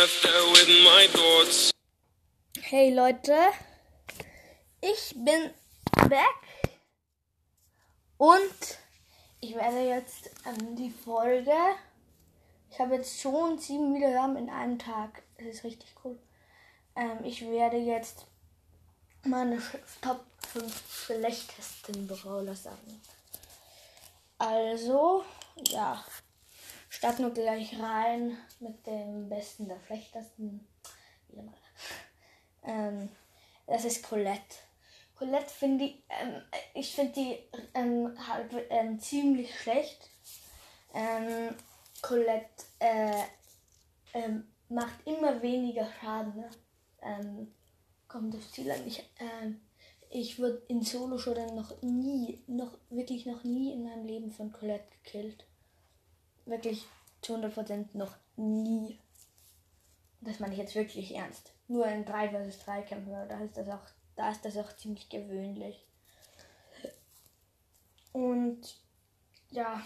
left there with my thoughts. Hey Leute, ich bin back und ich werde jetzt die Folge, ich habe jetzt schon 7 Wiedergaben in einem Tag, das ist richtig cool. Ich werde jetzt meine Top 5 schlechtesten Brawler sagen. Also, ja, starten wir gleich rein mit dem besten, der schlechtesten. Das ist Colette. Colette finde ich finde die halt ziemlich schlecht. Colette macht immer weniger Schaden. Ne? Kommt das Ziel an. Ich wurde in Solo-Showdown noch nie in meinem Leben von Colette gekillt. Wirklich zu 100% noch nie. Das meine ich jetzt wirklich ernst. Nur in 3 vs 3 Kämpfen, da ist das auch ziemlich gewöhnlich. Und ja,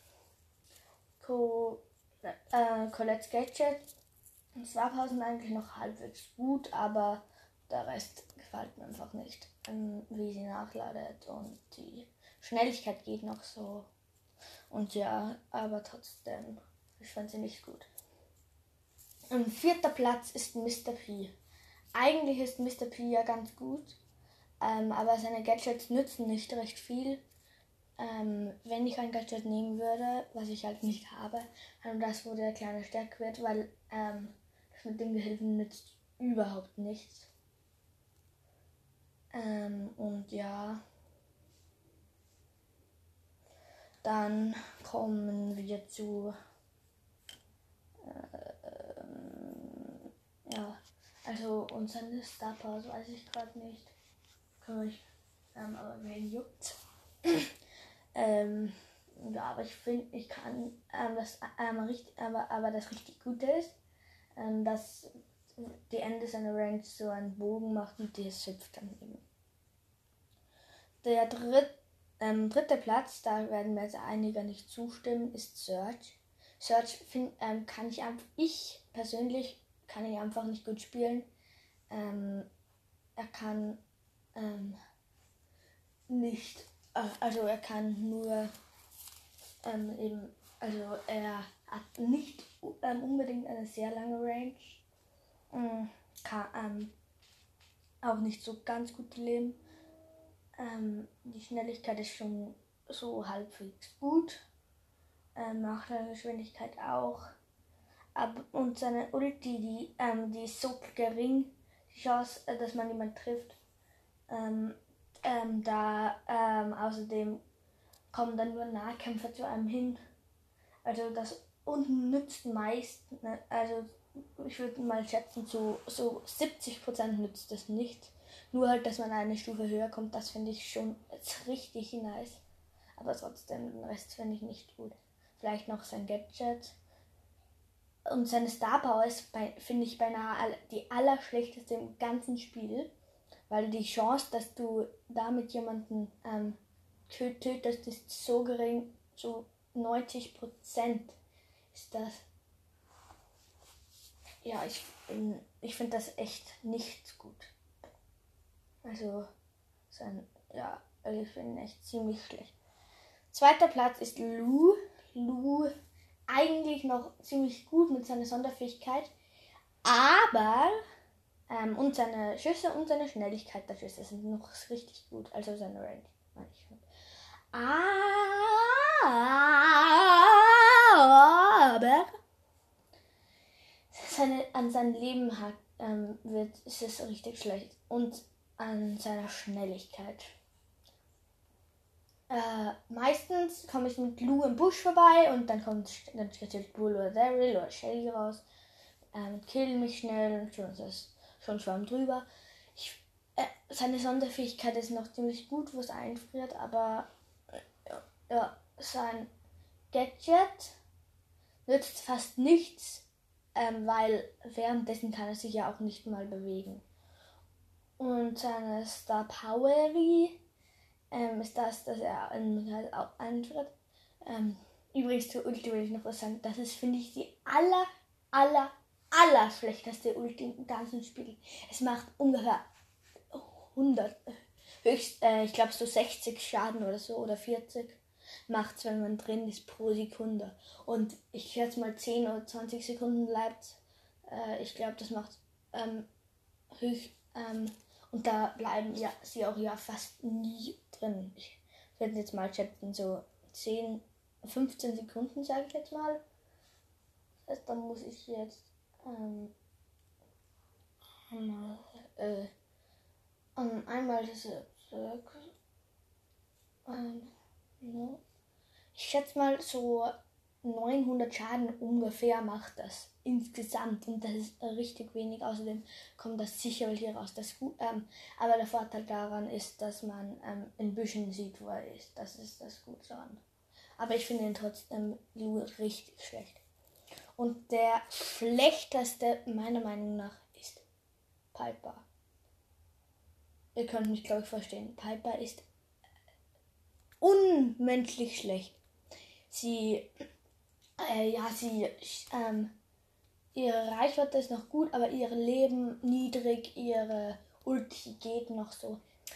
Colettes Gadget und Swarphaus sind eigentlich noch halbwegs gut, aber der Rest gefällt mir einfach nicht, wie sie nachladet und die Schnelligkeit geht noch so. Und ja, aber trotzdem, ich fand sie nicht gut. Am 4. Platz ist Mr. P. Eigentlich ist Mr. P ja ganz gut, aber seine Gadgets nützen nicht recht viel. Wenn ich ein Gadget nehmen würde, was ich halt nicht habe, das wo der Kleine stärker wird, weil das mit dem Gehilfen nützt überhaupt nichts. Und ja, dann kommen wir zu also unsere Star Powers weiß ich gerade nicht. Aber wen juckt's? Ja, aber ich finde, ich kann aber das richtig Gute ist, dass die Ende seiner Range so einen Bogen macht und das hüpft dann eben. Der dritte Platz, da werden mir jetzt einige nicht zustimmen, ist Search. Search ich persönlich kann ihn einfach nicht gut spielen. Er kann er kann nur er hat nicht unbedingt eine sehr lange Range, kann auch nicht so ganz gut leben. Die Schnelligkeit ist schon so halbwegs gut, Nachladegeschwindigkeit auch. Und seine Ulti, die ist so gering, die Chance, dass man jemand trifft. Außerdem kommen dann nur Nahkämpfer zu einem hin. Also das unten nützt meist, ne? Also ich würde mal schätzen, so 70% nützt es nicht. Nur halt, dass man eine Stufe höher kommt, das finde ich schon jetzt richtig nice. Aber trotzdem, den Rest finde ich nicht gut. Vielleicht noch sein Gadget. Und seine Star Power ist, finde ich, beinahe die allerschlechteste im ganzen Spiel. Weil die Chance, dass du damit jemanden tötest, ist so gering, so 90% ist das. Ja, ich finde das echt nicht gut. Also, ich finde ihn echt ziemlich schlecht. 2. Platz ist Lu. Lu eigentlich noch ziemlich gut mit seiner Sonderfähigkeit, aber und seine Schüsse und seine Schnelligkeit der Schüsse sind noch richtig gut, also seine Range, meine ich. Aber an seinem Leben ist es richtig schlecht und an seiner Schnelligkeit. Meistens komme ich mit Lu im Busch vorbei und dann kommt Bull oder Daryl oder Shelly raus, killen mich schnell und schon schwamm drüber. Seine Sonderfähigkeit ist noch ziemlich gut, wo es einfriert, aber sein Gadget nützt fast nichts, weil währenddessen kann er sich ja auch nicht mal bewegen. Und seine Star Power ist das, dass er auch eintritt. Übrigens zur Ulti will ich noch was sagen. Das ist, finde ich, die allerschlechteste Ulti im ganzen Spiel. Es macht ungefähr 100, ich glaube so 60 Schaden oder so, oder 40 macht's, wenn man drin ist, pro Sekunde. Und ich schätze mal 10 oder 20 Sekunden bleibt. Ich glaube, das macht und da bleiben sie auch fast nie drin. Ich werde jetzt mal schätzen, so 10, 15 Sekunden, sage ich jetzt mal. Das heißt, dann muss ich jetzt einmal diese ich schätze mal so 900 Schaden ungefähr macht das insgesamt, und das ist richtig wenig. Außerdem kommt das sicher hier raus. Aber der Vorteil daran ist, dass man in Büschen sieht, wo er ist. Das ist das Gute daran. Aber ich finde ihn trotzdem richtig schlecht. Und der schlechteste meiner Meinung nach ist Piper. Ihr könnt mich, glaube ich, verstehen. Piper ist unmenschlich schlecht. Ihre Reichweite ist noch gut, aber ihr Leben niedrig, ihre Ulti geht noch so.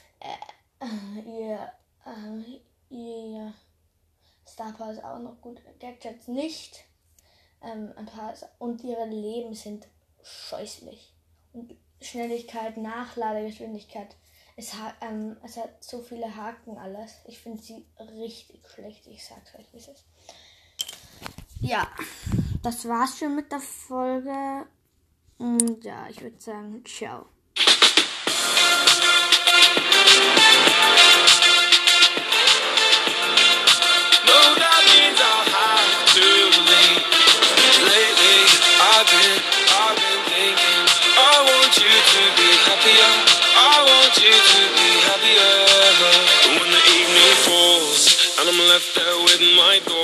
Ihr Star Power ist auch noch gut, Gadgets nicht. Und ihre Leben sind scheußlich. Und Schnelligkeit, Nachladegeschwindigkeit. Es hat so viele Haken alles. Ich finde sie richtig schlecht. Ich sag's euch, wie es ist. Ja, das war's schon mit der Folge. Und ja, ich würde sagen, ciao. And I'm left there with my door.